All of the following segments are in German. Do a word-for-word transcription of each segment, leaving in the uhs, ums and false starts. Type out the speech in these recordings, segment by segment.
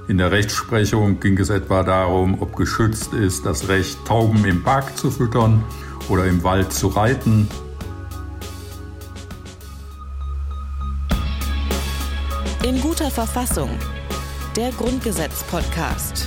In der Rechtsprechung ging es etwa darum, ob geschützt ist, das Recht, Tauben im Park zu füttern oder im Wald zu reiten. In guter Verfassung. Der Grundgesetz-Podcast.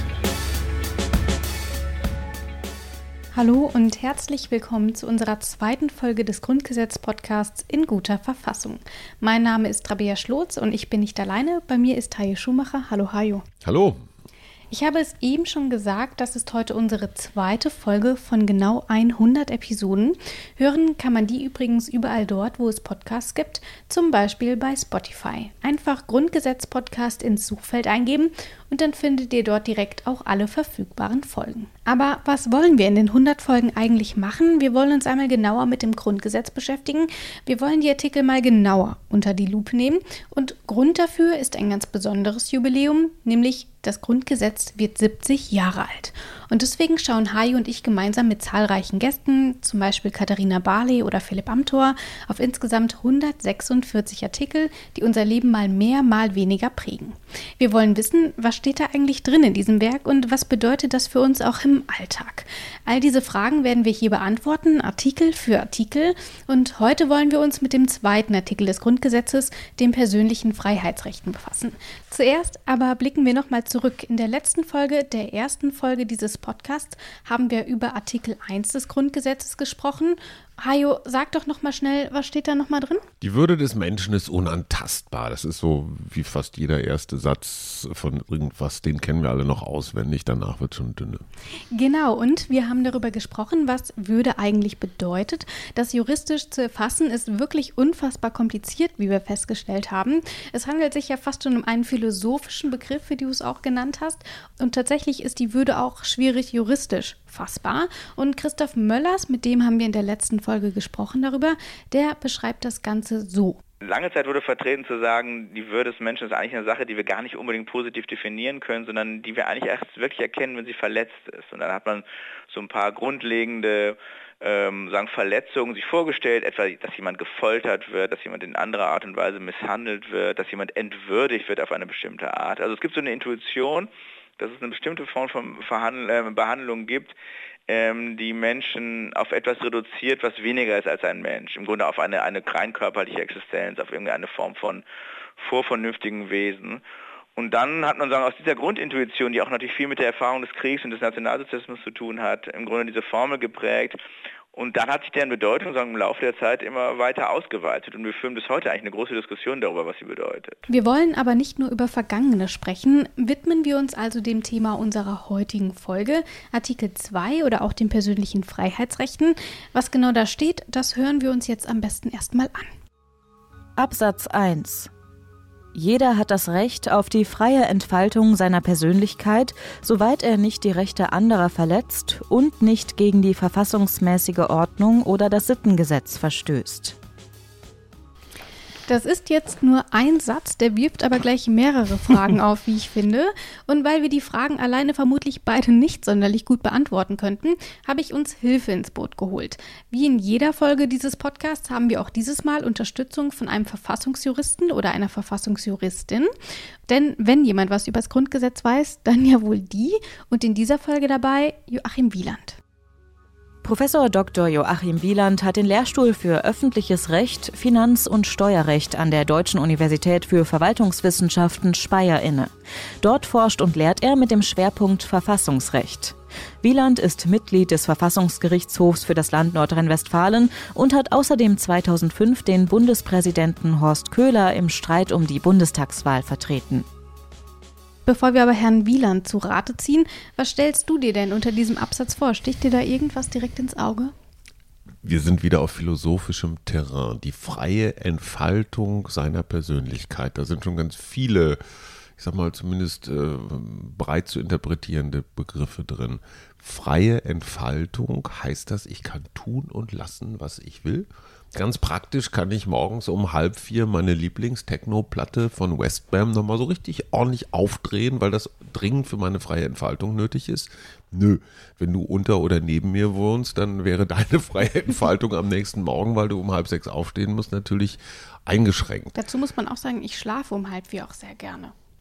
Hallo und herzlich willkommen zu unserer zweiten Folge des Grundgesetz-Podcasts in guter Verfassung. Mein Name ist Rabea Schlotz und ich bin nicht alleine. Bei mir ist Hajo Schumacher. Hallo Hajo. Hallo. Ich habe es eben schon gesagt, das ist heute unsere zweite Folge von genau hundert Episoden. Hören kann man die übrigens überall dort, wo es Podcasts gibt, zum Beispiel bei Spotify. Einfach Grundgesetz-Podcast ins Suchfeld eingeben und dann findet ihr dort direkt auch alle verfügbaren Folgen. Aber was wollen wir in den hundert Folgen eigentlich machen? Wir wollen uns einmal genauer mit dem Grundgesetz beschäftigen. Wir wollen die Artikel mal genauer unter die Lupe nehmen. Und Grund dafür ist ein ganz besonderes Jubiläum, nämlich das Grundgesetz wird siebzig Jahre alt. Und deswegen schauen Hajo und ich gemeinsam mit zahlreichen Gästen, zum Beispiel Katharina Barley oder Philipp Amthor, auf insgesamt hundertsechsundvierzig Artikel, die unser Leben mal mehr, mal weniger prägen. Wir wollen wissen, was steht da eigentlich drin in diesem Werk und was bedeutet das für uns auch im Alltag? All diese Fragen werden wir hier beantworten, Artikel für Artikel. Und heute wollen wir uns mit dem zweiten Artikel des Grundgesetzes, den persönlichen Freiheitsrechten, befassen. Zuerst aber blicken wir nochmal zurück. In der letzten Folge, der ersten Folge dieses Podcasts, haben wir über Artikel eins des Grundgesetzes gesprochen. Hajo, sag doch nochmal schnell, was steht da nochmal drin? Die Würde des Menschen ist unantastbar. Das ist so wie fast jeder erste Satz von irgendwas, den kennen wir alle noch auswendig, danach wird schon dünne. Genau, und wir haben darüber gesprochen, was Würde eigentlich bedeutet. Das juristisch zu erfassen ist wirklich unfassbar kompliziert, wie wir festgestellt haben. Es handelt sich ja fast schon um einen philosophischen Begriff, wie du es auch genannt hast. Und tatsächlich ist die Würde auch schwierig juristisch fassbar. Und Christoph Möllers, mit dem haben wir in der letzten Folge gesprochen darüber, der beschreibt das Ganze so. Lange Zeit wurde vertreten zu sagen, die Würde des Menschen ist eigentlich eine Sache, die wir gar nicht unbedingt positiv definieren können, sondern die wir eigentlich erst wirklich erkennen, wenn sie verletzt ist. Und dann hat man so ein paar grundlegende ähm, sagen Verletzungen sich vorgestellt, etwa, dass jemand gefoltert wird, dass jemand in anderer Art und Weise misshandelt wird, dass jemand entwürdigt wird auf eine bestimmte Art. Also es gibt so eine Intuition, dass es eine bestimmte Form von Verhandl- äh, Behandlung gibt, ähm, die Menschen auf etwas reduziert, was weniger ist als ein Mensch. Im Grunde auf eine, eine rein körperliche Existenz, auf irgendeine Form von vorvernünftigen Wesen. Und dann hat man sagen, aus dieser Grundintuition, die auch natürlich viel mit der Erfahrung des Kriegs und des Nationalsozialismus zu tun hat, im Grunde diese Formel geprägt. Und dann hat sich deren Bedeutung sagen, im Laufe der Zeit immer weiter ausgeweitet. Und wir führen bis heute eigentlich eine große Diskussion darüber, was sie bedeutet. Wir wollen aber nicht nur über Vergangene sprechen. Widmen wir uns also dem Thema unserer heutigen Folge, Artikel zwei oder auch den persönlichen Freiheitsrechten. Was genau da steht, das hören wir uns jetzt am besten erstmal an. Absatz eins. Jeder hat das Recht auf die freie Entfaltung seiner Persönlichkeit, soweit er nicht die Rechte anderer verletzt und nicht gegen die verfassungsmäßige Ordnung oder das Sittengesetz verstößt. Das ist jetzt nur ein Satz, der wirft aber gleich mehrere Fragen auf, wie ich finde. Und weil wir die Fragen alleine vermutlich beide nicht sonderlich gut beantworten könnten, habe ich uns Hilfe ins Boot geholt. Wie in jeder Folge dieses Podcasts haben wir auch dieses Mal Unterstützung von einem Verfassungsjuristen oder einer Verfassungsjuristin. Denn wenn jemand was über das Grundgesetz weiß, dann ja wohl die. Und in dieser Folge dabei Joachim Wieland. Professor Doktor Joachim Wieland hat den Lehrstuhl für öffentliches Recht, Finanz- und Steuerrecht an der Deutschen Universität für Verwaltungswissenschaften Speyer inne. Dort forscht und lehrt er mit dem Schwerpunkt Verfassungsrecht. Wieland ist Mitglied des Verfassungsgerichtshofs für das Land Nordrhein-Westfalen und hat außerdem zweitausendfünf den Bundespräsidenten Horst Köhler im Streit um die Bundestagswahl vertreten. Bevor wir aber Herrn Wieland zu Rate ziehen, was stellst du dir denn unter diesem Absatz vor? Sticht dir da irgendwas direkt ins Auge? Wir sind wieder auf philosophischem Terrain. Die freie Entfaltung seiner Persönlichkeit. Da sind schon ganz viele, ich sag mal zumindest äh, breit zu interpretierende Begriffe drin. Freie Entfaltung, heißt das, ich kann tun und lassen, was ich will? Ganz praktisch kann ich morgens um halb vier meine Lieblings-Techno-Platte von Westbam nochmal so richtig ordentlich aufdrehen, weil das dringend für meine freie Entfaltung nötig ist. Nö, wenn du unter oder neben mir wohnst, dann wäre deine freie Entfaltung am nächsten Morgen, weil du um halb sechs aufstehen musst, natürlich eingeschränkt. Dazu muss man auch sagen, ich schlafe um halb vier auch sehr gerne.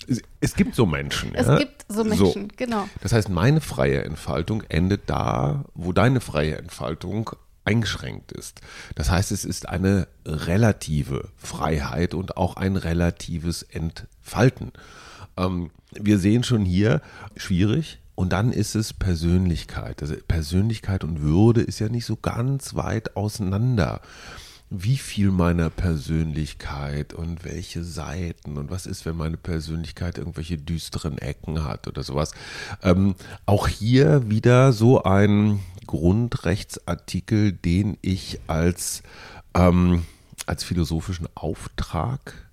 Es, es gibt so Menschen. Es ja? gibt so Menschen, so. Genau. Das heißt, meine freie Entfaltung endet da, wo deine freie Entfaltung eingeschränkt ist. Das heißt, es ist eine relative Freiheit und auch ein relatives Entfalten. Ähm, wir sehen schon hier, schwierig. Und dann ist es Persönlichkeit. Also Persönlichkeit und Würde ist ja nicht so ganz weit auseinander. Wie viel meiner Persönlichkeit und welche Seiten und was ist, wenn meine Persönlichkeit irgendwelche düsteren Ecken hat oder sowas. Ähm, auch hier wieder so ein Grundrechtsartikel, den ich als, ähm, als philosophischen Auftrag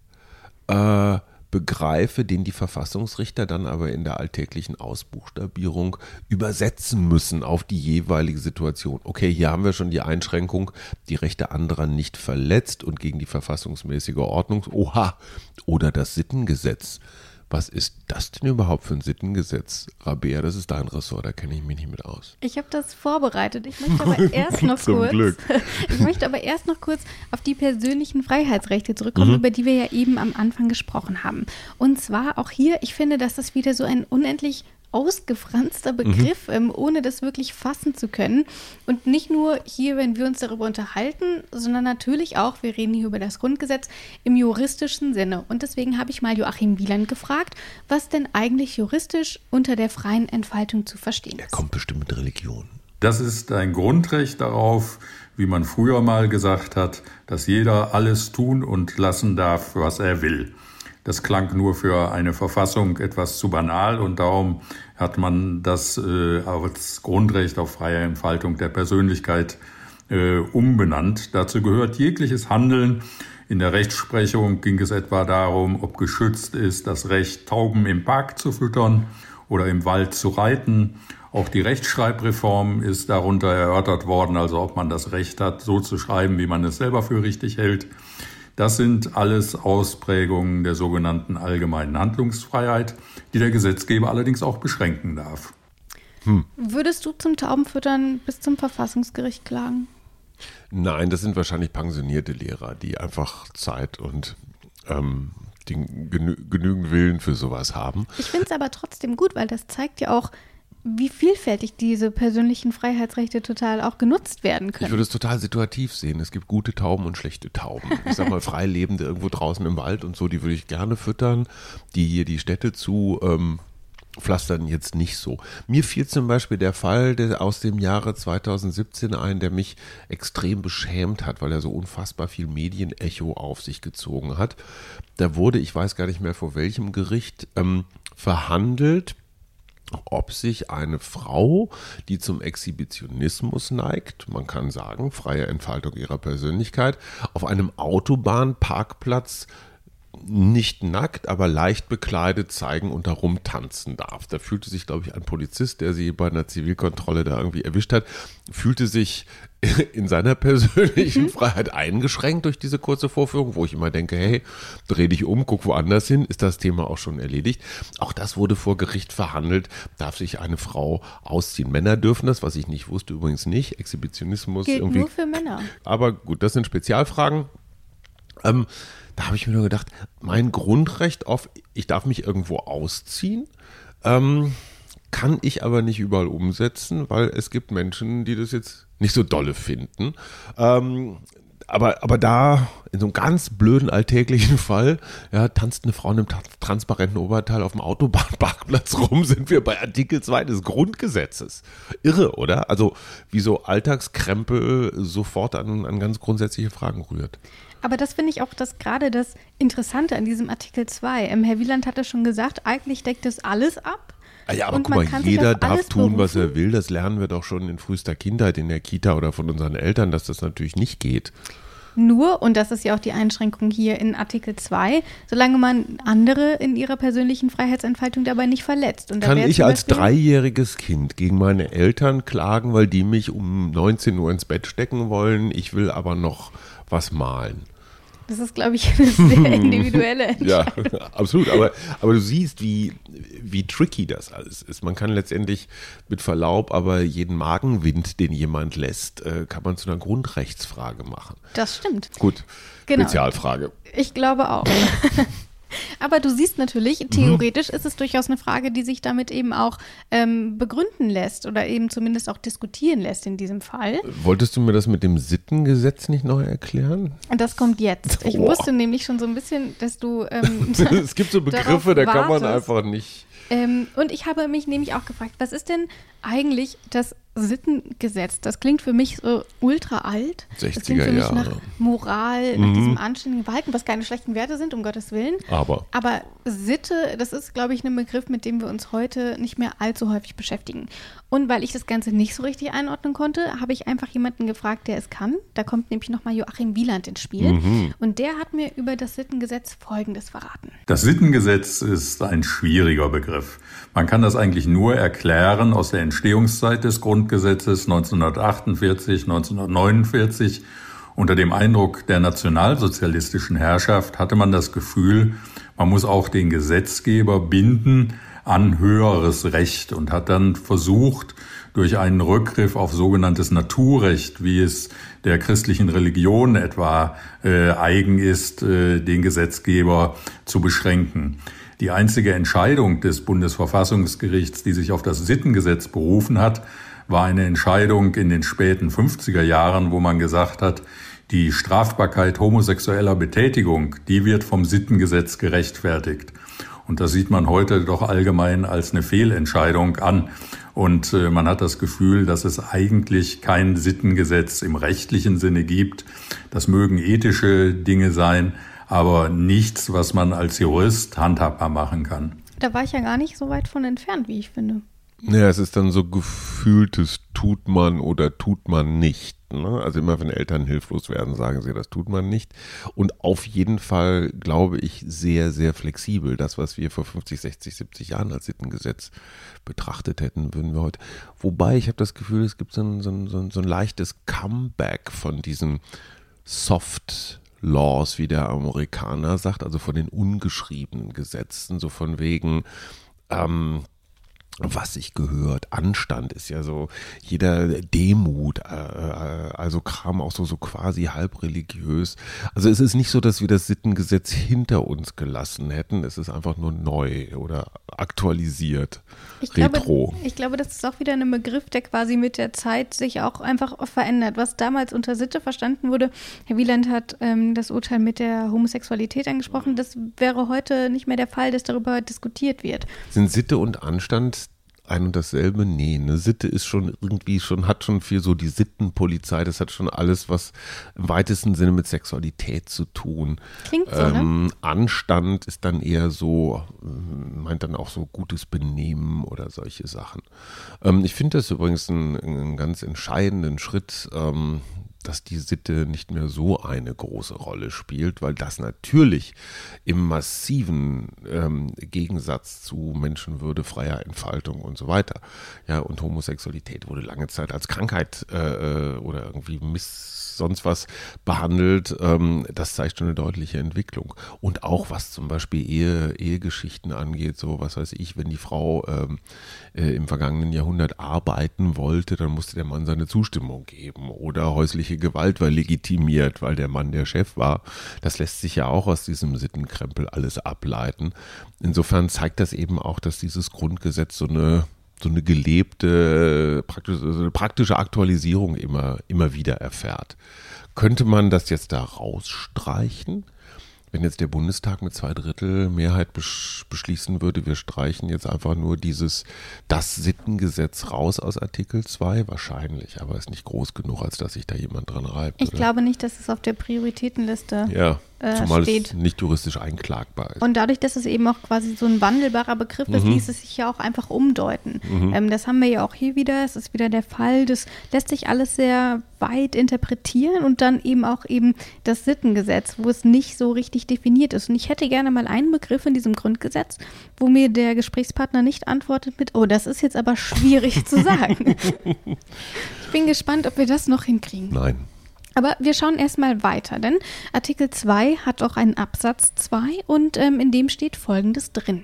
äh, begreife, den die Verfassungsrichter dann aber in der alltäglichen Ausbuchstabierung übersetzen müssen auf die jeweilige Situation. Okay, hier haben wir schon die Einschränkung, die Rechte anderer nicht verletzt und gegen die verfassungsmäßige Ordnung. Oha, oder das Sittengesetz. Was ist das denn überhaupt für ein Sittengesetz? Rabea, das ist dein Ressort, da kenne ich mich nicht mit aus. Ich habe das vorbereitet. Ich möchte aber erst noch Zum kurz, Glück. ich möchte aber erst noch kurz auf die persönlichen Freiheitsrechte zurückkommen, mhm. über die wir ja eben am Anfang gesprochen haben. Und zwar auch hier, ich finde, dass das wieder so ein unendlich ausgefranster Begriff, mhm. ähm, ohne das wirklich fassen zu können. Und nicht nur hier, wenn wir uns darüber unterhalten, sondern natürlich auch, wir reden hier über das Grundgesetz, im juristischen Sinne. Und deswegen habe ich mal Joachim Wieland gefragt, was denn eigentlich juristisch unter der freien Entfaltung zu verstehen ist. Er kommt bestimmt mit Religion. Das ist ein Grundrecht darauf, wie man früher mal gesagt hat, dass jeder alles tun und lassen darf, was er will. Das klang nur für eine Verfassung etwas zu banal und darum hat man das äh, als Grundrecht auf freie Entfaltung der Persönlichkeit äh, umbenannt. Dazu gehört jegliches Handeln. In der Rechtsprechung ging es etwa darum, ob geschützt ist, das Recht, Tauben im Park zu füttern oder im Wald zu reiten. Auch die Rechtschreibreform ist darunter erörtert worden, also ob man das Recht hat, so zu schreiben, wie man es selber für richtig hält. Das sind alles Ausprägungen der sogenannten allgemeinen Handlungsfreiheit, die der Gesetzgeber allerdings auch beschränken darf. Hm. Würdest du zum Taubenfüttern bis zum Verfassungsgericht klagen? Nein, das sind wahrscheinlich pensionierte Lehrer, die einfach Zeit und ähm, den genü- genügend Willen für sowas haben. Ich finde es aber trotzdem gut, weil das zeigt ja auch, wie vielfältig diese persönlichen Freiheitsrechte total auch genutzt werden können. Ich würde es total situativ sehen. Es gibt gute Tauben und schlechte Tauben. Ich sag mal, Freilebende irgendwo draußen im Wald und so, die würde ich gerne füttern. Die hier die Städte zu ähm, pflastern jetzt nicht so. Mir fiel zum Beispiel der Fall der aus dem Jahre zweitausendsiebzehn ein, der mich extrem beschämt hat, weil er so unfassbar viel Medienecho auf sich gezogen hat. Da wurde, ich weiß gar nicht mehr vor welchem Gericht, ähm, verhandelt, ob sich eine Frau, die zum Exhibitionismus neigt, man kann sagen, freie Entfaltung ihrer Persönlichkeit, auf einem Autobahnparkplatz nicht nackt, aber leicht bekleidet zeigen und da rumtanzen darf. Da fühlte sich, glaube ich, ein Polizist, der sie bei einer Zivilkontrolle da irgendwie erwischt hat, fühlte sich in seiner persönlichen mhm. Freiheit eingeschränkt durch diese kurze Vorführung, wo ich immer denke, hey, dreh dich um, guck woanders hin, ist das Thema auch schon erledigt. Auch das wurde vor Gericht verhandelt, darf sich eine Frau ausziehen. Männer dürfen das, was ich nicht wusste, übrigens nicht. Exhibitionismus. Gilt irgendwie. Nur für Männer. Aber gut, das sind Spezialfragen. Ähm, da habe ich mir nur gedacht, mein Grundrecht auf, ich darf mich irgendwo ausziehen, ähm, kann ich aber nicht überall umsetzen, weil es gibt Menschen, die das jetzt nicht so dolle finden. Ähm, aber, aber da, in so einem ganz blöden alltäglichen Fall, ja, tanzt eine Frau in einem tra- transparenten Oberteil auf dem Autobahnparkplatz rum, sind wir bei Artikel zwei des Grundgesetzes. Irre, oder? Also wie so Alltagskrempel sofort an, an ganz grundsätzliche Fragen rührt. Aber das finde ich auch das gerade das Interessante an diesem Artikel zwei. Ähm, Herr Wieland hatte schon gesagt, eigentlich deckt das alles ab. Ja, aber guck mal, jeder darf tun, was er will. Das lernen wir doch schon in frühester Kindheit in der Kita oder von unseren Eltern, dass das natürlich nicht geht. Nur, und das ist ja auch die Einschränkung hier in Artikel zwei, solange man andere in ihrer persönlichen Freiheitsentfaltung dabei nicht verletzt. Und da kann ich als Beispiel, dreijähriges Kind gegen meine Eltern klagen, weil die mich um neunzehn Uhr ins Bett stecken wollen, ich will aber noch was malen. Das ist, glaube ich, eine sehr individuelle Entscheidung. Ja, absolut. Aber, aber du siehst, wie, wie tricky das alles ist. Man kann letztendlich mit Verlaub, aber jeden Magenwind, den jemand lässt, kann man zu einer Grundrechtsfrage machen. Das stimmt. Gut, genau. Spezialfrage. Ich glaube auch. Aber du siehst natürlich, theoretisch mhm. ist es durchaus eine Frage, die sich damit eben auch ähm, begründen lässt oder eben zumindest auch diskutieren lässt in diesem Fall. Wolltest du mir das mit dem Sittengesetz nicht neu erklären? Und das kommt jetzt. Ich oh. wusste nämlich schon so ein bisschen, dass du ähm, es gibt so Begriffe, da kann man einfach nicht. Ähm, und ich habe mich nämlich auch gefragt, was ist denn eigentlich das Sittengesetz? Das klingt für mich so ultra alt. sechziger Jahre. Das klingt für mich nach Moral, nach mhm. diesem anständigen Verhalten, was keine schlechten Werte sind, um Gottes Willen. Aber. Aber Sitte, das ist, glaube ich, ein Begriff, mit dem wir uns heute nicht mehr allzu häufig beschäftigen. Und weil ich das Ganze nicht so richtig einordnen konnte, habe ich einfach jemanden gefragt, der es kann. Da kommt nämlich nochmal Joachim Wieland ins Spiel. Mhm. Und der hat mir über das Sittengesetz Folgendes verraten. Das Sittengesetz ist ein schwieriger Begriff. Man kann das eigentlich nur erklären aus der Entstehungszeit des Grundgesetzes neunzehnhundertachtundvierzig, neunzehnhundertneunundvierzig. Unter dem Eindruck der nationalsozialistischen Herrschaft hatte man das Gefühl, man muss auch den Gesetzgeber binden an höheres Recht und hat dann versucht, durch einen Rückgriff auf sogenanntes Naturrecht, wie es der christlichen Religion etwa äh, eigen ist, äh, den Gesetzgeber zu beschränken. Die einzige Entscheidung des Bundesverfassungsgerichts, die sich auf das Sittengesetz berufen hat, war eine Entscheidung in den späten fünfziger Jahren, wo man gesagt hat, die Strafbarkeit homosexueller Betätigung, die wird vom Sittengesetz gerechtfertigt. Und das sieht man heute doch allgemein als eine Fehlentscheidung an. Und äh, man hat das Gefühl, dass es eigentlich kein Sittengesetz im rechtlichen Sinne gibt. Das mögen ethische Dinge sein, aber nichts, was man als Jurist handhabbar machen kann. Da war ich ja gar nicht so weit von entfernt, wie ich finde. Ja, es ist dann so gefühltes tut man oder tut man nicht. Ne? Also immer wenn Eltern hilflos werden, sagen sie, das tut man nicht. Und auf jeden Fall, glaube ich, sehr, sehr flexibel. Das, was wir vor fünfzig, sechzig, siebzig Jahren als Sittengesetz betrachtet hätten, würden wir heute. Wobei, ich habe das Gefühl, es gibt so ein, so ein, so ein, so ein leichtes Comeback von diesen Soft Laws, wie der Amerikaner sagt, also von den ungeschriebenen Gesetzen, so von wegen, ähm, was sich gehört. Anstand ist ja so, jeder Demut, äh, also Kram auch so, so quasi halb religiös. Also es ist nicht so, dass wir das Sittengesetz hinter uns gelassen hätten. Es ist einfach nur neu oder aktualisiert. Ich Retro. Glaube, ich glaube, das ist auch wieder ein Begriff, der quasi mit der Zeit sich auch einfach verändert. Was damals unter Sitte verstanden wurde, Herr Wieland hat ähm, das Urteil mit der Homosexualität angesprochen, das wäre heute nicht mehr der Fall, dass darüber diskutiert wird. Sind Sitte und Anstand ein und dasselbe? Nee, eine Sitte ist schon irgendwie schon, hat schon viel so die Sittenpolizei, das hat schon alles, was im weitesten Sinne mit Sexualität zu tun. Klingt so, ähm, ne? Anstand ist dann eher so, meint dann auch so gutes Benehmen oder solche Sachen. Ähm, ich finde das übrigens einen, einen ganz entscheidenden Schritt, ähm, dass die Sitte nicht mehr so eine große Rolle spielt, weil das natürlich im massiven ähm, Gegensatz zu Menschenwürde, freier Entfaltung und so weiter. Ja, und Homosexualität wurde lange Zeit als Krankheit äh, oder irgendwie miss sonst was behandelt. Ähm, das zeigt schon eine deutliche Entwicklung. Und auch was zum Beispiel Ehe, Ehegeschichten angeht, so was weiß ich, wenn die Frau ähm, äh, im vergangenen Jahrhundert arbeiten wollte, dann musste der Mann seine Zustimmung geben. Oder häusliche Gewalt war legitimiert, weil der Mann der Chef war. Das lässt sich ja auch aus diesem Sittenkrempel alles ableiten. Insofern zeigt das eben auch, dass dieses Grundgesetz so eine so eine gelebte, praktisch, so eine praktische Aktualisierung immer, immer wieder erfährt. Könnte man das jetzt da rausstreichen? Wenn jetzt der Bundestag mit zwei Drittel Mehrheit besch- beschließen würde, wir streichen jetzt einfach nur dieses, das Sittengesetz raus aus Artikel zwei? Wahrscheinlich, aber ist nicht groß genug, als dass sich da jemand dran reibt. Ich oder? glaube nicht, dass es auf der Prioritätenliste ja, äh, zumal steht. es nicht juristisch einklagbar ist. Und dadurch, dass es eben auch quasi so ein wandelbarer Begriff ist, Mhm. ließ es sich ja auch einfach umdeuten. Mhm. Ähm, das haben wir ja auch hier wieder. Es ist wieder der Fall. Das lässt sich alles sehr weit interpretieren und dann eben auch eben das Sittengesetz, wo es nicht so richtig definiert ist. Und ich hätte gerne mal einen Begriff in diesem Grundgesetz, wo mir der Gesprächspartner nicht antwortet mit, oh, das ist jetzt aber schwierig zu sagen. Ich bin gespannt, ob wir das noch hinkriegen. Nein. Aber wir schauen erstmal weiter, denn Artikel zwei hat auch einen Absatz zwei und ähm, in dem steht Folgendes drin.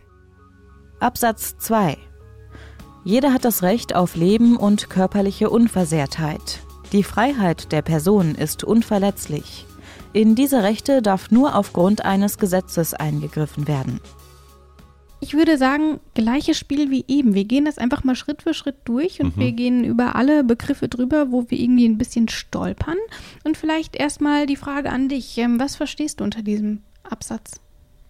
Absatz zwei. Jeder hat das Recht auf Leben und körperliche Unversehrtheit. Die Freiheit der Person ist unverletzlich. In diese Rechte darf nur aufgrund eines Gesetzes eingegriffen werden. Ich würde sagen, gleiches Spiel wie eben. Wir gehen das einfach mal Schritt für Schritt durch und mhm. wir gehen über alle Begriffe drüber, wo wir irgendwie ein bisschen stolpern. Und vielleicht erstmal die Frage an dich. Was verstehst du unter diesem Absatz?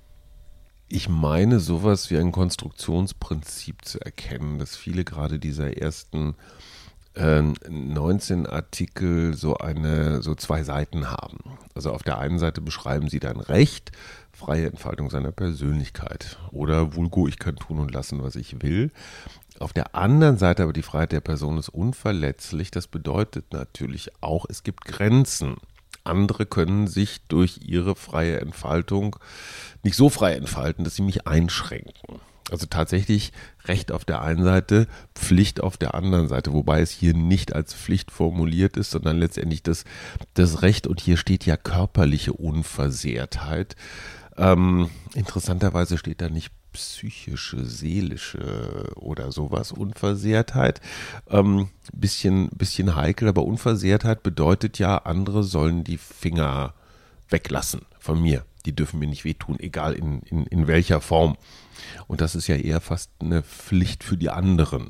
Ich meine, sowas wie ein Konstruktionsprinzip zu erkennen, dass viele gerade dieser ersten äh, neunzehn Artikel so eine, so zwei Seiten haben. Also auf der einen Seite beschreiben sie dann Recht, freie Entfaltung seiner Persönlichkeit oder vulgo, ich kann tun und lassen, was ich will. Auf der anderen Seite aber die Freiheit der Person ist unverletzlich. Das bedeutet natürlich auch, es gibt Grenzen. Andere können sich durch ihre freie Entfaltung nicht so frei entfalten, dass sie mich einschränken. Also tatsächlich Recht auf der einen Seite, Pflicht auf der anderen Seite, wobei es hier nicht als Pflicht formuliert ist, sondern letztendlich das, das Recht, und hier steht ja körperliche Unversehrtheit. Ähm, interessanterweise steht da nicht psychische, seelische oder sowas, Unversehrtheit. Ähm, bisschen, bisschen heikel, aber Unversehrtheit bedeutet ja, andere sollen die Finger weglassen von mir. Die dürfen mir nicht wehtun, egal in, in, in welcher Form. Und das ist ja eher fast eine Pflicht für die anderen.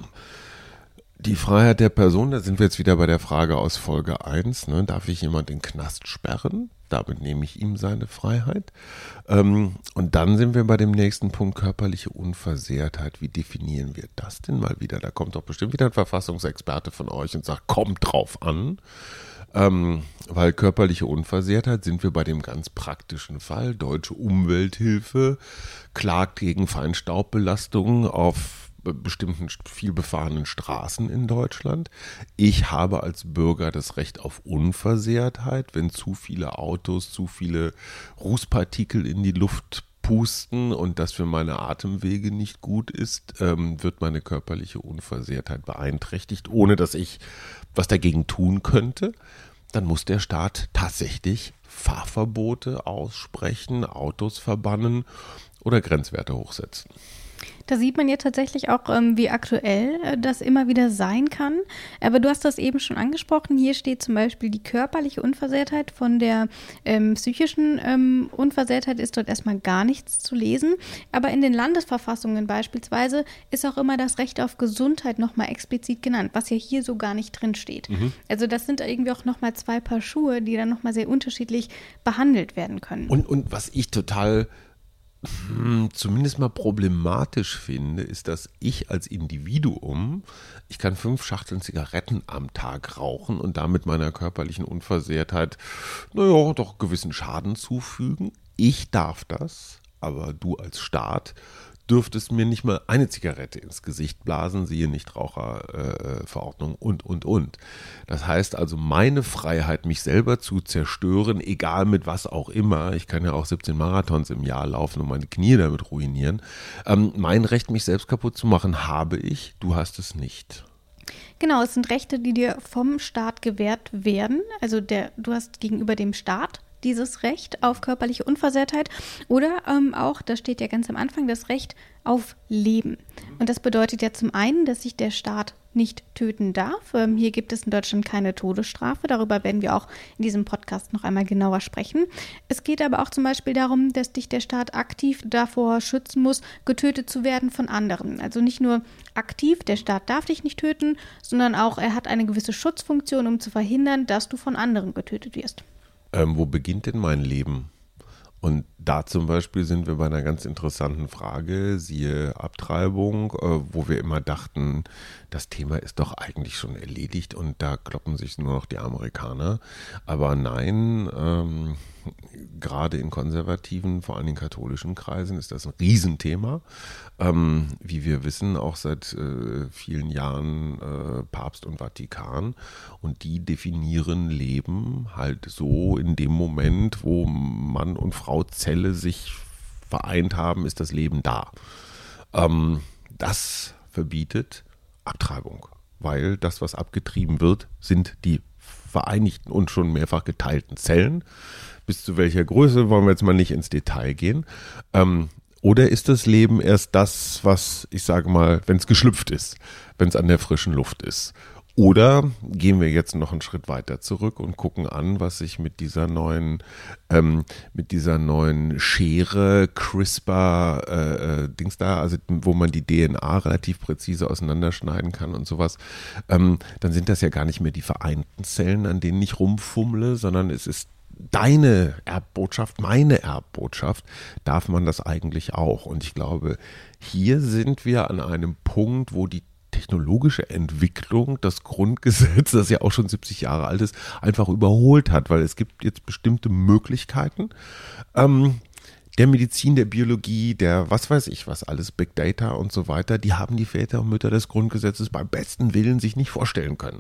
Die Freiheit der Person, da sind wir jetzt wieder bei der Frage aus Folge eins, ne? Darf ich jemand in den Knast sperren? Damit nehme ich ihm seine Freiheit. Ähm, und dann sind wir bei dem nächsten Punkt, körperliche Unversehrtheit. Wie definieren wir das denn mal wieder? Da kommt doch bestimmt wieder ein Verfassungsexperte von euch und sagt, kommt drauf an. Ähm, weil körperliche Unversehrtheit sind wir bei dem ganz praktischen Fall. Deutsche Umwelthilfe klagt gegen Feinstaubbelastungen auf bestimmten vielbefahrenen Straßen in Deutschland. Ich habe als Bürger das Recht auf Unversehrtheit, wenn zu viele Autos, zu viele Rußpartikel in die Luft pusten und das für meine Atemwege nicht gut ist, ähm, wird meine körperliche Unversehrtheit beeinträchtigt, ohne dass ich was dagegen tun könnte. Dann muss der Staat tatsächlich Fahrverbote aussprechen, Autos verbannen oder Grenzwerte hochsetzen. Da sieht man ja tatsächlich auch, ähm, wie aktuell äh, das immer wieder sein kann. Aber du hast das eben schon angesprochen. Hier steht zum Beispiel die körperliche Unversehrtheit. Von der ähm, psychischen ähm, Unversehrtheit ist dort erstmal gar nichts zu lesen. Aber in den Landesverfassungen beispielsweise ist auch immer das Recht auf Gesundheit nochmal explizit genannt, was ja hier so gar nicht drin steht. Mhm. Also das sind irgendwie auch nochmal zwei Paar Schuhe, die dann nochmal sehr unterschiedlich behandelt werden können. Und, und was ich total zumindest mal problematisch finde, ist, dass ich als Individuum, ich kann fünf Schachteln Zigaretten am Tag rauchen und damit meiner körperlichen Unversehrtheit, naja, doch gewissen Schaden zufügen. Ich darf das, aber du als Staat dürftest mir nicht mal eine Zigarette ins Gesicht blasen, siehe Nichtraucherverordnung äh, und, und, und. Das heißt also, meine Freiheit, mich selber zu zerstören, egal mit was auch immer, ich kann ja auch siebzehn Marathons im Jahr laufen und meine Knie damit ruinieren, ähm, mein Recht, mich selbst kaputt zu machen, habe ich, du hast es nicht. Genau, es sind Rechte, die dir vom Staat gewährt werden, also der, du hast gegenüber dem Staat dieses Recht auf körperliche Unversehrtheit oder ähm, auch, das steht ja ganz am Anfang, das Recht auf Leben. Und das bedeutet ja zum einen, dass sich der Staat nicht töten darf. Ähm, hier gibt es in Deutschland keine Todesstrafe. Darüber werden wir auch in diesem Podcast noch einmal genauer sprechen. Es geht aber auch zum Beispiel darum, dass dich der Staat aktiv davor schützen muss, getötet zu werden von anderen. Also nicht nur aktiv, der Staat darf dich nicht töten, sondern auch, er hat eine gewisse Schutzfunktion, um zu verhindern, dass du von anderen getötet wirst. Ähm, wo beginnt denn mein Leben? Und da zum Beispiel sind wir bei einer ganz interessanten Frage, siehe Abtreibung, äh, wo wir immer dachten, das Thema ist doch eigentlich schon erledigt und da kloppen sich nur noch die Amerikaner. Aber nein, ähm, gerade in konservativen, vor allem in katholischen Kreisen ist das ein Riesenthema. Ähm, wie wir wissen, auch seit äh, vielen Jahren äh, Papst und Vatikan. Und die definieren Leben halt so in dem Moment, wo Mann und Frau Zelle sich vereint haben, ist das Leben da. Ähm, das verbietet Abtreibung, weil das, was abgetrieben wird, sind die vereinigten und schon mehrfach geteilten Zellen. Bis zu welcher Größe wollen wir jetzt mal nicht ins Detail gehen. Ähm, oder ist das Leben erst das, was, ich sage mal, wenn es geschlüpft ist, wenn es an der frischen Luft ist? Oder gehen wir jetzt noch einen Schritt weiter zurück und gucken an, was sich mit dieser neuen, ähm, mit dieser neuen Schere, CRISPR, äh, äh, Dings da, also wo man die D N A relativ präzise auseinanderschneiden kann und sowas, ähm, dann sind das ja gar nicht mehr die vereinten Zellen, an denen ich rumfummle, sondern es ist deine Erbbotschaft, meine Erbbotschaft, darf man das eigentlich auch. Und ich glaube, hier sind wir an einem Punkt, wo die technologische Entwicklung das Grundgesetz, das ja auch schon siebzig Jahre alt ist, einfach überholt hat, weil es gibt jetzt bestimmte Möglichkeiten ähm, der Medizin, der Biologie, der was weiß ich was alles, Big Data und so weiter, die haben die Väter und Mütter des Grundgesetzes beim besten Willen sich nicht vorstellen können.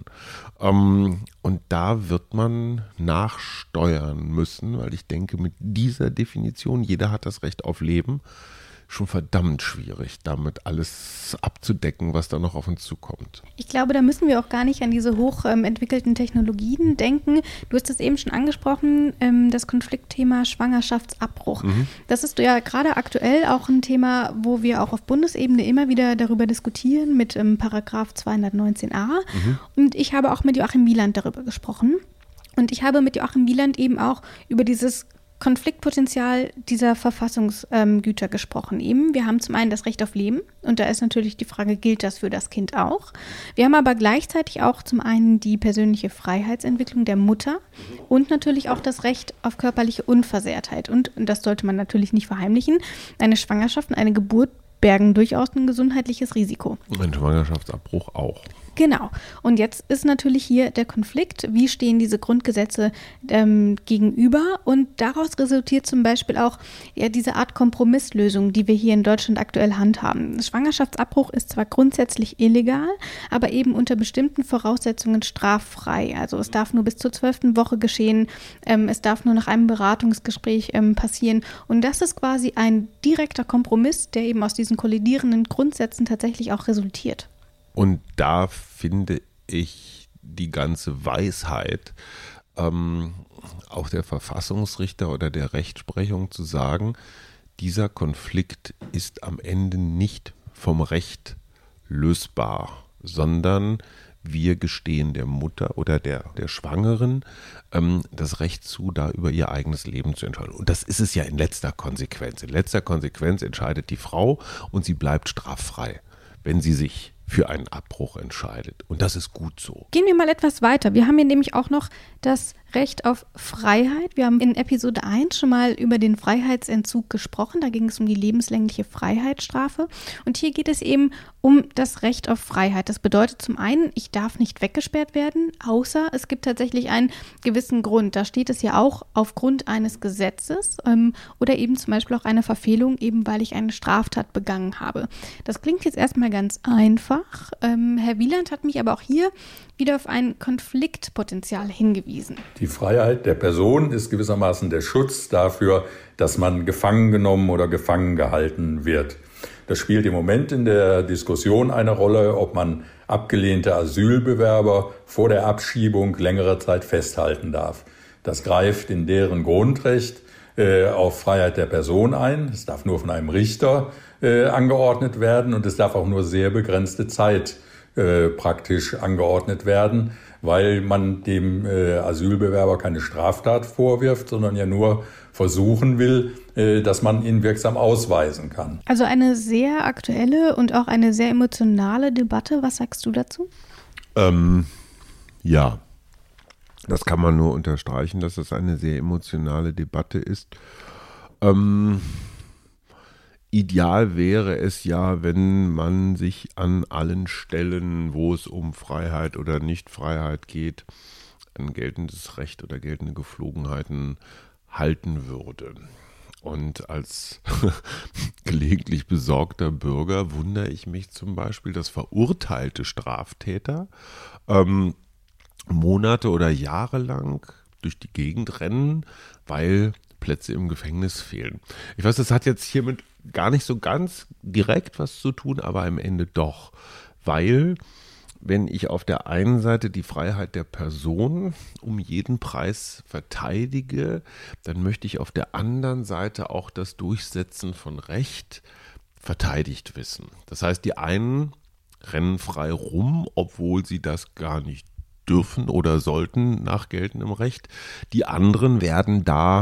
Ähm, und da wird man nachsteuern müssen, weil ich denke, mit dieser Definition, jeder hat das Recht auf Leben, schon verdammt schwierig, damit alles abzudecken, was da noch auf uns zukommt. Ich glaube, da müssen wir auch gar nicht an diese hochentwickelten Technologien denken. Du hast es eben schon angesprochen, ähm, das Konfliktthema Schwangerschaftsabbruch. Mhm. Das ist ja gerade aktuell auch ein Thema, wo wir auch auf Bundesebene immer wieder darüber diskutieren mit ähm, Paragraph zweihundertneunzehn a. Mhm. Und ich habe auch mit Joachim Wieland darüber gesprochen. Und ich habe mit Joachim Wieland eben auch über dieses Konfliktpotenzial dieser Verfassungsgüter ähm, gesprochen. Eben, wir haben zum einen das Recht auf Leben und da ist natürlich die Frage, gilt das für das Kind auch? Wir haben aber gleichzeitig auch zum einen die persönliche Freiheitsentwicklung der Mutter und natürlich auch das Recht auf körperliche Unversehrtheit. Und, und das sollte man natürlich nicht verheimlichen, eine Schwangerschaft und eine Geburt bergen durchaus ein gesundheitliches Risiko. Ein Schwangerschaftsabbruch auch. Genau. Und jetzt ist natürlich hier der Konflikt, wie stehen diese Grundgesetze ähm, gegenüber? Und daraus resultiert zum Beispiel auch ja, diese Art Kompromisslösung, die wir hier in Deutschland aktuell handhaben. Schwangerschaftsabbruch ist zwar grundsätzlich illegal, aber eben unter bestimmten Voraussetzungen straffrei. Also es darf nur bis zur zwölften Woche geschehen, ähm, es darf nur nach einem Beratungsgespräch ähm, passieren. Und das ist quasi ein direkter Kompromiss, der eben aus diesen kollidierenden Grundsätzen tatsächlich auch resultiert. Und da finde ich die ganze Weisheit ähm, auch der Verfassungsrichter oder der Rechtsprechung zu sagen, dieser Konflikt ist am Ende nicht vom Recht lösbar, sondern wir gestehen der Mutter oder der, der Schwangeren ähm, das Recht zu, da über ihr eigenes Leben zu entscheiden. Und das ist es ja in letzter Konsequenz. In letzter Konsequenz entscheidet die Frau und sie bleibt straffrei, wenn sie sich für einen Abbruch entscheidet. Und das ist gut so. Gehen wir mal etwas weiter. Wir haben hier nämlich auch noch das Recht auf Freiheit. Wir haben in Episode eins schon mal über den Freiheitsentzug gesprochen. Da ging es um die lebenslängliche Freiheitsstrafe. Und hier geht es eben um das Recht auf Freiheit. Das bedeutet zum einen, ich darf nicht weggesperrt werden, außer es gibt tatsächlich einen gewissen Grund. Da steht es ja auch aufgrund eines Gesetzes ähm, oder eben zum Beispiel auch einer Verfehlung, eben weil ich eine Straftat begangen habe. Das klingt jetzt erstmal ganz einfach. Ähm, Herr Wieland hat mich aber auch hier wieder auf ein Konfliktpotenzial hingewiesen. Die Freiheit der Person ist gewissermaßen der Schutz dafür, dass man gefangen genommen oder gefangen gehalten wird. Das spielt im Moment in der Diskussion eine Rolle, ob man abgelehnte Asylbewerber vor der Abschiebung längere Zeit festhalten darf. Das greift in deren Grundrecht äh, auf Freiheit der Person ein. Es darf nur von einem Richter äh, angeordnet werden und es darf auch nur sehr begrenzte Zeit äh, praktisch angeordnet werden, weil man dem äh, Asylbewerber keine Straftat vorwirft, sondern ja nur versuchen will, äh, dass man ihn wirksam ausweisen kann. Also eine sehr aktuelle und auch eine sehr emotionale Debatte. Was sagst du dazu? Ähm, ja, das kann man nur unterstreichen, dass es eine sehr emotionale Debatte ist. Ähm, Ideal wäre es ja, wenn man sich an allen Stellen, wo es um Freiheit oder Nichtfreiheit geht, an geltendes Recht oder geltende Gepflogenheiten halten würde. Und als gelegentlich besorgter Bürger wundere ich mich zum Beispiel, dass verurteilte Straftäter ähm, Monate oder Jahre lang durch die Gegend rennen, weil Plätze im Gefängnis fehlen. Ich weiß, das hat jetzt hiermit gar nicht so ganz direkt was zu tun, aber am Ende doch, weil wenn ich auf der einen Seite die Freiheit der Person um jeden Preis verteidige, dann möchte ich auf der anderen Seite auch das Durchsetzen von Recht verteidigt wissen. Das heißt, die einen rennen frei rum, obwohl sie das gar nicht dürfen oder sollten nach geltendem Recht. Die anderen werden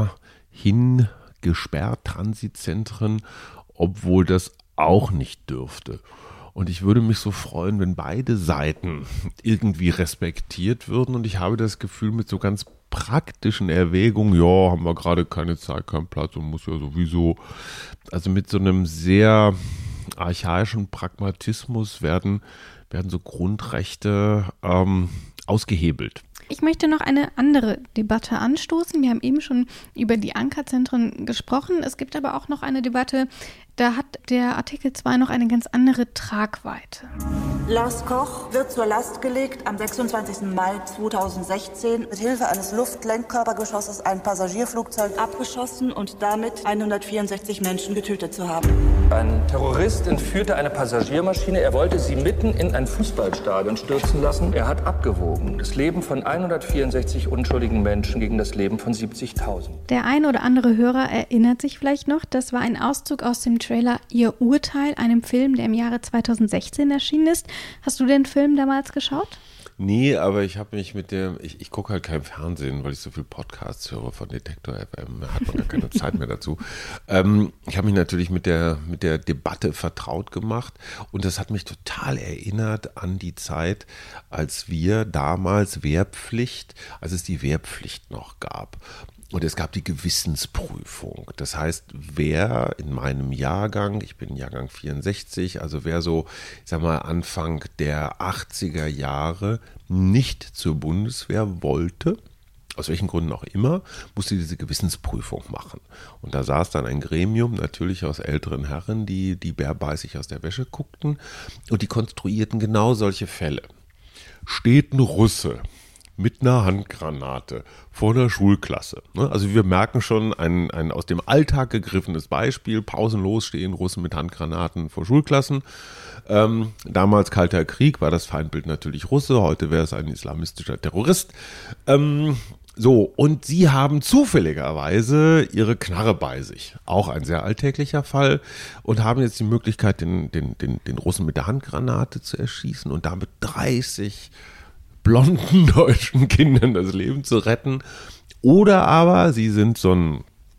dahin gesperrt, Transitzentren, obwohl das auch nicht dürfte. Und ich würde mich so freuen, wenn beide Seiten irgendwie respektiert würden. Und ich habe das Gefühl, mit so ganz praktischen Erwägungen, ja, haben wir gerade keine Zeit, keinen Platz und muss ja sowieso, also mit so einem sehr archaischen Pragmatismus werden, werden so Grundrechte ähm, ausgehebelt. Ich möchte noch eine andere Debatte anstoßen. Wir haben eben schon über die Ankerzentren gesprochen. Es gibt aber auch noch eine Debatte, da hat der Artikel zwei noch eine ganz andere Tragweite. Lars Koch wird zur Last gelegt, am sechsundzwanzigsten Mai zweitausendsechzehn mit Hilfe eines Luftlenkörpergeschosses ein Passagierflugzeug abgeschossen und damit hundertvierundsechzig Menschen getötet zu haben. Ein Terrorist entführte eine Passagiermaschine. Er wollte sie mitten in ein Fußballstadion stürzen lassen. Er hat abgewogen das Leben von hundertvierundsechzig unschuldigen Menschen gegen das Leben von siebzigtausend. Der ein oder andere Hörer erinnert sich vielleicht noch, das war ein Auszug aus dem Trailer Ihr Urteil, einem Film, der im Jahre zweitausendsechzehn erschienen ist. Hast du den Film damals geschaut? Nee, aber ich habe mich mit dem, ich, ich gucke halt kein Fernsehen, weil ich so viel Podcasts höre von Detektor F M, da hat man gar keine Zeit mehr dazu. Ähm, ich habe mich natürlich mit der, mit der Debatte vertraut gemacht und das hat mich total erinnert an die Zeit, als wir damals Wehrpflicht, als es die Wehrpflicht noch gab. Und es gab die Gewissensprüfung. Das heißt, wer in meinem Jahrgang, ich bin Jahrgang vierundsechzig, also wer so, ich sag mal, Anfang der achtziger Jahre nicht zur Bundeswehr wollte, aus welchen Gründen auch immer, musste diese Gewissensprüfung machen. Und da saß dann ein Gremium, natürlich aus älteren Herren, die, die bärbeißig aus der Wäsche guckten und die konstruierten genau solche Fälle. Steht ein Russe mit einer Handgranate vor der Schulklasse. Also wir merken schon ein, ein aus dem Alltag gegriffenes Beispiel. Pausenlos stehen Russen mit Handgranaten vor Schulklassen. Ähm, damals Kalter Krieg war das Feindbild natürlich Russe, heute wäre es ein islamistischer Terrorist. Ähm, so, und sie haben zufälligerweise ihre Knarre bei sich. Auch ein sehr alltäglicher Fall. Und haben jetzt die Möglichkeit, den, den, den, den Russen mit der Handgranate zu erschießen und damit dreißig blonden deutschen Kindern das Leben zu retten. Oder aber sie sind so ein,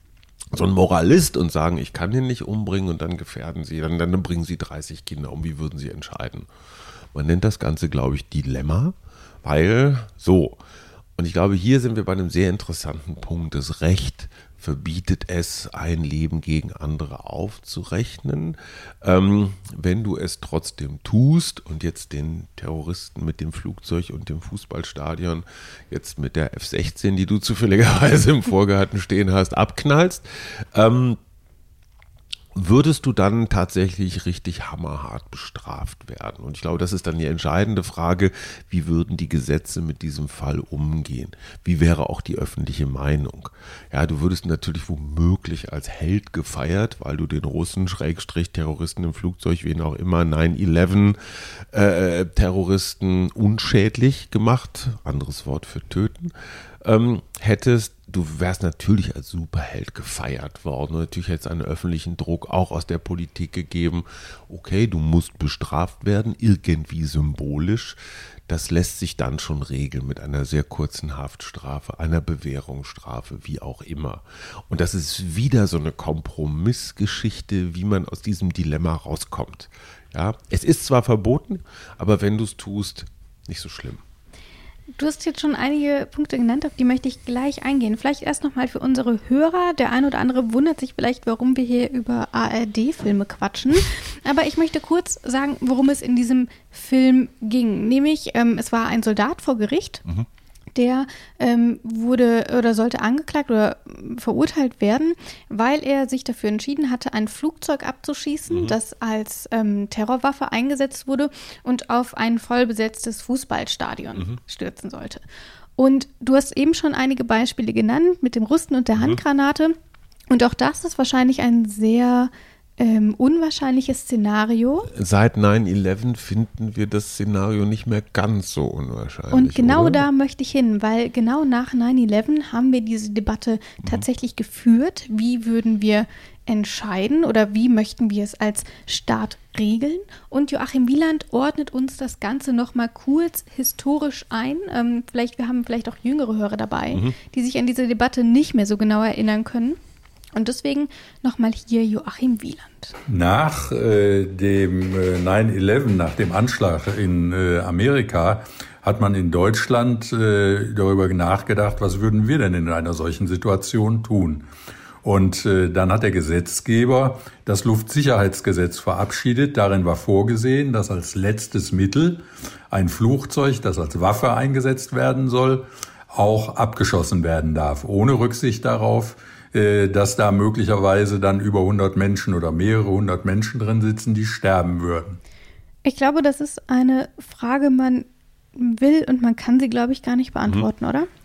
so ein Moralist und sagen, ich kann ihn nicht umbringen und dann gefährden sie, dann, dann bringen sie dreißig Kinder um. Wie würden sie entscheiden? Man nennt das Ganze, glaube ich, Dilemma, weil so. Und ich glaube, hier sind wir bei einem sehr interessanten Punkt. Das Recht verbietet es, ein Leben gegen andere aufzurechnen. Ähm, wenn du es trotzdem tust und jetzt den Terroristen mit dem Flugzeug und dem Fußballstadion jetzt mit der F sechzehn, die du zufälligerweise im Vorgarten stehen hast, abknallst, ähm, würdest du dann tatsächlich richtig hammerhart bestraft werden? Und ich glaube, das ist dann die entscheidende Frage, wie würden die Gesetze mit diesem Fall umgehen? Wie wäre auch die öffentliche Meinung? Ja, du würdest natürlich womöglich als Held gefeiert, weil du den Russen, Schrägstrich, Terroristen im Flugzeug, wen auch immer, nine eleven äh, Terroristen unschädlich gemacht, anderes Wort für töten, ähm, hättest. Du wärst natürlich als Superheld gefeiert worden. Und natürlich hätte es einen öffentlichen Druck auch aus der Politik gegeben. Okay, du musst bestraft werden, irgendwie symbolisch. Das lässt sich dann schon regeln mit einer sehr kurzen Haftstrafe, einer Bewährungsstrafe, wie auch immer. Und das ist wieder so eine Kompromissgeschichte, wie man aus diesem Dilemma rauskommt. Ja, es ist zwar verboten, aber wenn du es tust, nicht so schlimm. Du hast jetzt schon einige Punkte genannt, auf die möchte ich gleich eingehen. Vielleicht erst nochmal für unsere Hörer. Der ein oder andere wundert sich vielleicht, warum wir hier über A R D-Filme quatschen. Aber ich möchte kurz sagen, worum es in diesem Film ging. Nämlich, ähm, es war ein Soldat vor Gericht. Mhm. Der ähm, wurde oder sollte angeklagt oder verurteilt werden, weil er sich dafür entschieden hatte, ein Flugzeug abzuschießen, mhm. das als ähm, Terrorwaffe eingesetzt wurde und auf ein vollbesetztes Fußballstadion mhm. stürzen sollte. Und du hast eben schon einige Beispiele genannt mit dem Russen und der Handgranate. Und auch das ist wahrscheinlich ein sehr Ähm, unwahrscheinliches Szenario. Seit nine eleven finden wir das Szenario nicht mehr ganz so unwahrscheinlich. Und genau oder? da möchte ich hin, weil genau nach nine eleven haben wir diese Debatte mhm. tatsächlich geführt. Wie würden wir entscheiden oder wie möchten wir es als Staat regeln? Und Joachim Wieland ordnet uns das Ganze nochmal kurz historisch ein. Ähm, vielleicht, wir haben vielleicht auch jüngere Hörer dabei, mhm. die sich an diese Debatte nicht mehr so genau erinnern können. Und deswegen nochmal hier Joachim Wieland. Nach äh, dem äh, nine eleven, nach dem Anschlag in äh, Amerika, hat man in Deutschland äh, darüber nachgedacht, was würden wir denn in einer solchen Situation tun? Und äh, dann hat der Gesetzgeber das Luftsicherheitsgesetz verabschiedet. Darin war vorgesehen, dass als letztes Mittel ein Flugzeug, das als Waffe eingesetzt werden soll, auch abgeschossen werden darf, ohne Rücksicht darauf, äh, dass da möglicherweise dann über hundert Menschen oder mehrere hundert Menschen drin sitzen, die sterben würden. Ich glaube, das ist eine Frage, man will und man kann sie, glaube ich, gar nicht beantworten, mhm. oder?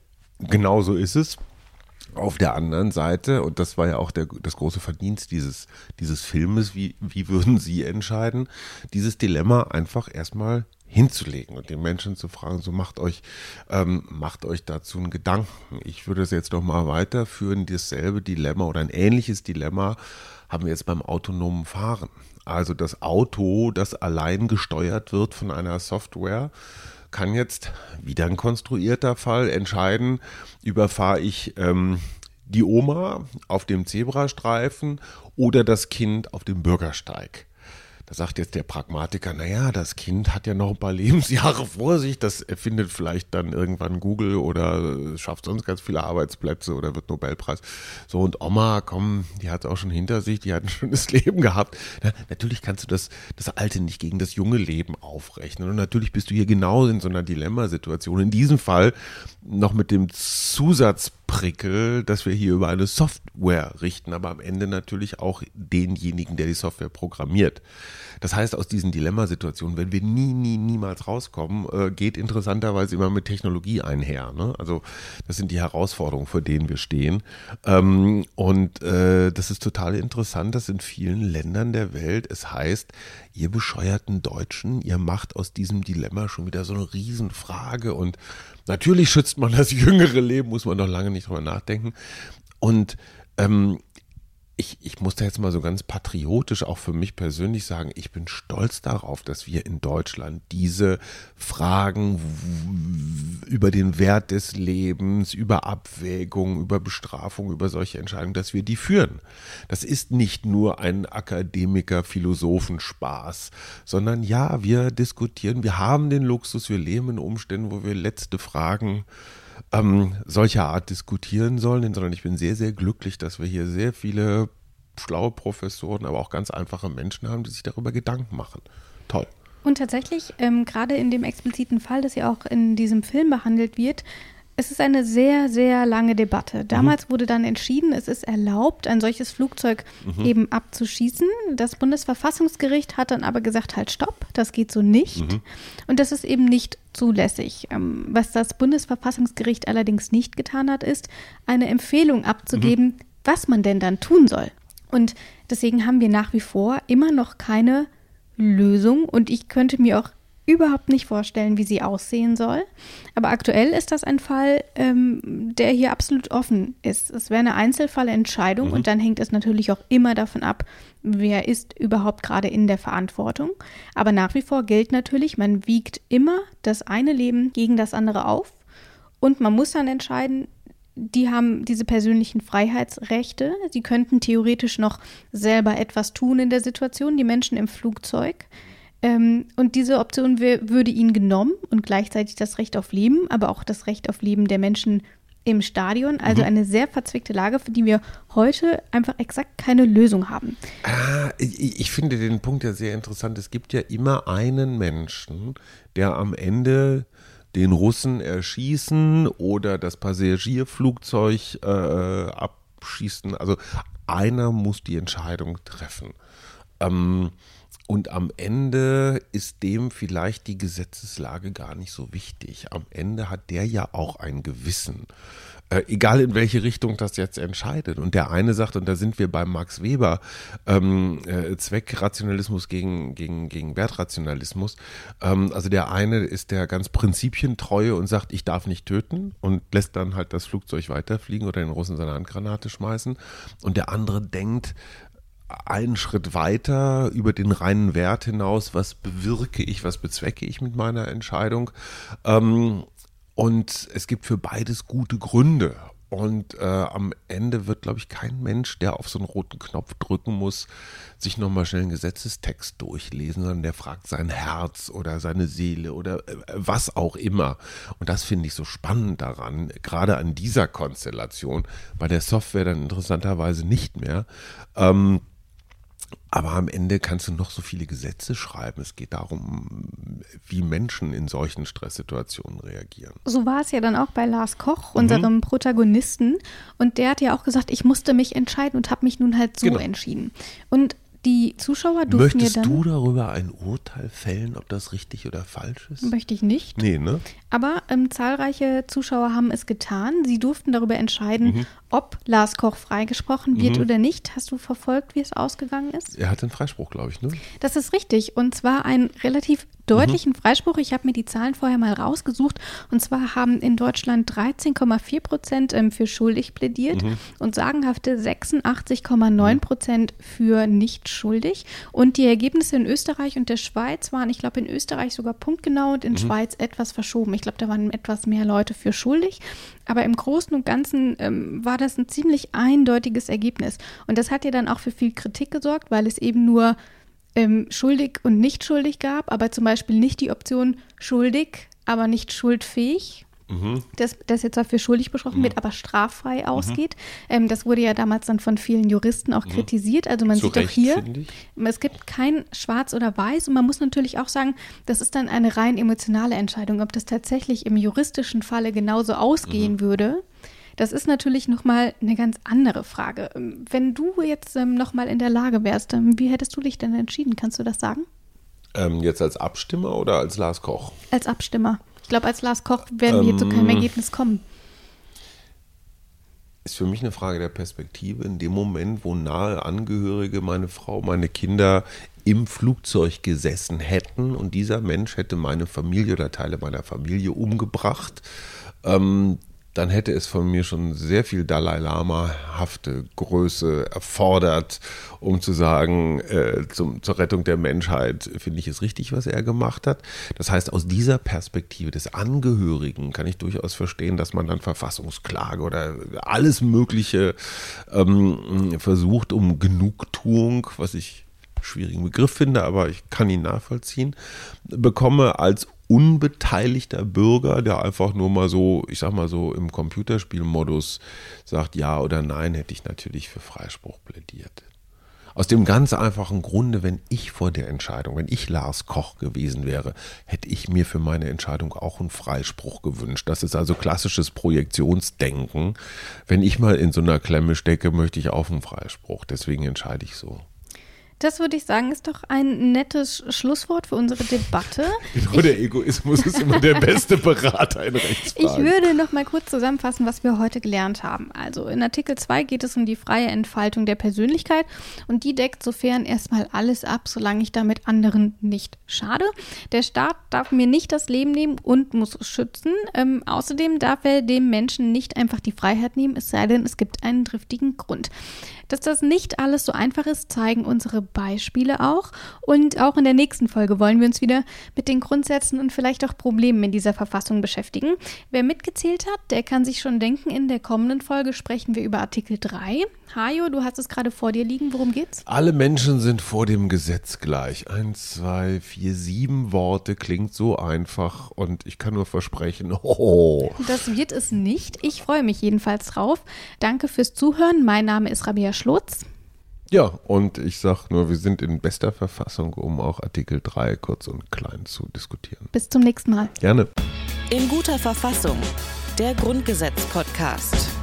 Genau so ist es. Auf der anderen Seite, und das war ja auch der, das große Verdienst dieses, dieses Filmes, wie, wie würden Sie entscheiden, dieses Dilemma einfach erstmal hinzulegen und den Menschen zu fragen, so macht euch, ähm, macht euch dazu einen Gedanken. Ich würde es jetzt noch mal weiterführen, dasselbe Dilemma oder ein ähnliches Dilemma haben wir jetzt beim autonomen Fahren. Also das Auto, das allein gesteuert wird von einer Software, kann jetzt, wieder ein konstruierter Fall, entscheiden, überfahre ich ähm, die Oma auf dem Zebrastreifen oder das Kind auf dem Bürgersteig. Da sagt jetzt der Pragmatiker, naja, das Kind hat ja noch ein paar Lebensjahre vor sich, das erfindet vielleicht dann irgendwann Google oder schafft sonst ganz viele Arbeitsplätze oder wird Nobelpreis. So, und Oma, komm, die hat es auch schon hinter sich, die hat ein schönes Leben gehabt. Na, natürlich kannst du das, das alte nicht gegen das junge Leben aufrechnen und natürlich bist du hier genau in so einer Dilemmasituation. In diesem Fall noch mit dem Zusatzprickel, dass wir hier über eine Software richten, aber am Ende natürlich auch denjenigen, der die Software programmiert. Das heißt, aus diesen Dilemmasituationen, wenn wir nie, nie, niemals rauskommen, äh, geht interessanterweise immer mit Technologie einher. Ne? Also das sind die Herausforderungen, vor denen wir stehen. Ähm, und äh, das ist total interessant, dass in vielen Ländern der Welt es heißt, ihr bescheuerten Deutschen, ihr macht aus diesem Dilemma schon wieder so eine Riesenfrage. Und natürlich schützt man das jüngere Leben, muss man noch lange nicht drüber nachdenken. Und ähm, Ich, ich muss da jetzt mal so ganz patriotisch auch für mich persönlich sagen, ich bin stolz darauf, dass wir in Deutschland diese Fragen über den Wert des Lebens, über Abwägung, über Bestrafung, über solche Entscheidungen, dass wir die führen. Das ist nicht nur ein Akademiker-Philosophenspaß, sondern ja, wir diskutieren, wir haben den Luxus, wir leben in Umständen, wo wir letzte Fragen Ähm, solcher Art diskutieren sollen, sondern ich bin sehr, sehr glücklich, dass wir hier sehr viele schlaue Professoren, aber auch ganz einfache Menschen haben, die sich darüber Gedanken machen. Toll. Und tatsächlich, ähm, gerade in dem expliziten Fall, das ja auch in diesem Film behandelt wird, es ist eine sehr, sehr lange Debatte. Damals mhm. wurde dann entschieden, es ist erlaubt, ein solches Flugzeug mhm. eben abzuschießen. Das Bundesverfassungsgericht hat dann aber gesagt, halt stopp, das geht so nicht. Mhm. Und das ist eben nicht zulässig. Was das Bundesverfassungsgericht allerdings nicht getan hat, ist, eine Empfehlung abzugeben, mhm. was man denn dann tun soll. Und deswegen haben wir nach wie vor immer noch keine Lösung. Und ich könnte mir auch überhaupt nicht vorstellen, wie sie aussehen soll. Aber aktuell ist das ein Fall, ähm, der hier absolut offen ist. Es wäre eine Einzelfallentscheidung mhm. und dann hängt es natürlich auch immer davon ab, wer ist überhaupt gerade in der Verantwortung. Aber nach wie vor gilt natürlich, man wiegt immer das eine Leben gegen das andere auf und man muss dann entscheiden, die haben diese persönlichen Freiheitsrechte. Sie könnten theoretisch noch selber etwas tun in der Situation, die Menschen im Flugzeug. Ähm, und diese Option w- würde ihnen genommen und gleichzeitig das Recht auf Leben, aber auch das Recht auf Leben der Menschen im Stadion. Also mhm. eine sehr verzwickte Lage, für die wir heute einfach exakt keine Lösung haben. Ah, ich, ich finde den Punkt ja sehr interessant. Es gibt ja immer einen Menschen, der am Ende den Russen erschießen oder das Passagierflugzeug äh, abschießen. Also einer muss die Entscheidung treffen. Ähm, Und am Ende ist dem vielleicht die Gesetzeslage gar nicht so wichtig. Am Ende hat der ja auch ein Gewissen. Äh, egal in welche Richtung das jetzt entscheidet. Und der eine sagt, und da sind wir bei Max Weber, ähm, äh, Zweckrationalismus gegen, gegen, gegen Wertrationalismus. Ähm, also der eine ist der ganz prinzipientreue und sagt, ich darf nicht töten und lässt dann halt das Flugzeug weiterfliegen oder den Russen seine Handgranate schmeißen. Und der andere denkt einen Schritt weiter über den reinen Wert hinaus, was bewirke ich, was bezwecke ich mit meiner Entscheidung. Ähm, Und es gibt für beides gute Gründe. Und äh, am Ende wird, glaube ich, kein Mensch, der auf so einen roten Knopf drücken muss, sich nochmal schnell einen Gesetzestext durchlesen, sondern der fragt sein Herz oder seine Seele oder äh, was auch immer. Und das finde ich so spannend daran, gerade an dieser Konstellation, bei der Software dann interessanterweise nicht mehr. Ähm, Aber am Ende kannst du noch so viele Gesetze schreiben. Es geht darum, wie Menschen in solchen Stresssituationen reagieren. So war es ja dann auch bei Lars Koch, unserem mhm. Protagonisten. Und der hat ja auch gesagt, ich musste mich entscheiden und habe mich nun halt so genau. entschieden. Und die Zuschauer durften Möchtest ja dann... du darüber ein Urteil fällen, ob das richtig oder falsch ist? Möchte ich nicht. Nee, ne? Aber ähm, zahlreiche Zuschauer haben es getan. Sie durften darüber entscheiden, mhm. ob Lars Koch freigesprochen wird mhm. oder nicht. Hast du verfolgt, wie es ausgegangen ist? Er hat einen Freispruch, glaube ich, ne? Das ist richtig. Und zwar einen relativ deutlichen mhm. Freispruch. Ich habe mir die Zahlen vorher mal rausgesucht. Und zwar haben in Deutschland dreizehn Komma vier Prozent ähm, für schuldig plädiert mhm. und sagenhafte sechsundachtzig Komma neun Prozent für nicht schuldig. Und die Ergebnisse in Österreich und der Schweiz waren, ich glaube, in Österreich sogar punktgenau und in mhm. Schweiz etwas verschoben. Ich glaube, da waren etwas mehr Leute für schuldig. Aber im Großen und Ganzen ähm, war das ein ziemlich eindeutiges Ergebnis. Und das hat ja dann auch für viel Kritik gesorgt, weil es eben nur ähm, schuldig und nicht schuldig gab, aber zum Beispiel nicht die Option schuldig, aber nicht schuldfähig. Mhm. Das, das jetzt zwar für schuldig besprochen mhm. wird, aber straffrei mhm. ausgeht. Ähm, das wurde ja damals dann von vielen Juristen auch mhm. kritisiert. Also man Zu sieht Recht, doch hier, es gibt kein Schwarz oder Weiß und man muss natürlich auch sagen, das ist dann eine rein emotionale Entscheidung, ob das tatsächlich im juristischen Falle genauso ausgehen mhm. würde. Das ist natürlich nochmal eine ganz andere Frage. Wenn du jetzt ähm, nochmal in der Lage wärst, ähm, wie hättest du dich denn entschieden? Kannst du das sagen? Ähm, jetzt als Abstimmer oder als Lars Koch? Als Abstimmer. Ich glaube, als Lars Koch werden wir ähm, zu keinem Ergebnis kommen. Ist für mich eine Frage der Perspektive. In dem Moment, wo nahe Angehörige, meine Frau, meine Kinder im Flugzeug gesessen hätten und dieser Mensch hätte meine Familie oder Teile meiner Familie umgebracht, ähm, dann hätte es von mir schon sehr viel Dalai Lama-hafte Größe erfordert, um zu sagen, äh, zum, zur Rettung der Menschheit finde ich es richtig, was er gemacht hat. Das heißt, aus dieser Perspektive des Angehörigen kann ich durchaus verstehen, dass man dann Verfassungsklage oder alles Mögliche ähm, versucht, um Genugtuung, was ich einen schwierigen Begriff finde, aber ich kann ihn nachvollziehen, bekomme als unbeteiligter Bürger, der einfach nur mal so, ich sag mal so im Computerspielmodus sagt, ja oder nein, hätte ich natürlich für Freispruch plädiert. Aus dem ganz einfachen Grunde, wenn ich vor der Entscheidung, wenn ich Lars Koch gewesen wäre, hätte ich mir für meine Entscheidung auch einen Freispruch gewünscht. Das ist also klassisches Projektionsdenken. Wenn ich mal in so einer Klemme stecke, möchte ich auch einen Freispruch. Deswegen entscheide ich so. Das würde ich sagen, ist doch ein nettes Schlusswort für unsere Debatte. Genau, der Egoismus ist immer der beste Berater in Rechtsfragen. Ich würde noch mal kurz zusammenfassen, was wir heute gelernt haben. Also in Artikel zwei geht es um die freie Entfaltung der Persönlichkeit und die deckt sofern erstmal alles ab, solange ich damit anderen nicht schade. Der Staat darf mir nicht das Leben nehmen und muss es schützen. Ähm, außerdem darf er dem Menschen nicht einfach die Freiheit nehmen, es sei denn, es gibt einen triftigen Grund. Dass das nicht alles so einfach ist, zeigen unsere Beispiele auch. Und auch in der nächsten Folge wollen wir uns wieder mit den Grundsätzen und vielleicht auch Problemen in dieser Verfassung beschäftigen. Wer mitgezählt hat, der kann sich schon denken, in der kommenden Folge sprechen wir über Artikel drei. Hajo, du hast es gerade vor dir liegen. Worum geht's? Alle Menschen sind vor dem Gesetz gleich. Eins, zwei, vier, sieben Worte, klingt so einfach und ich kann nur versprechen, oh. Das wird es nicht. Ich freue mich jedenfalls drauf. Danke fürs Zuhören. Mein Name ist Rabea Schlotz. Ja, und ich sage nur, wir sind in bester Verfassung, um auch Artikel drei kurz und klein zu diskutieren. Bis zum nächsten Mal. Gerne. In guter Verfassung, der Grundgesetz-Podcast.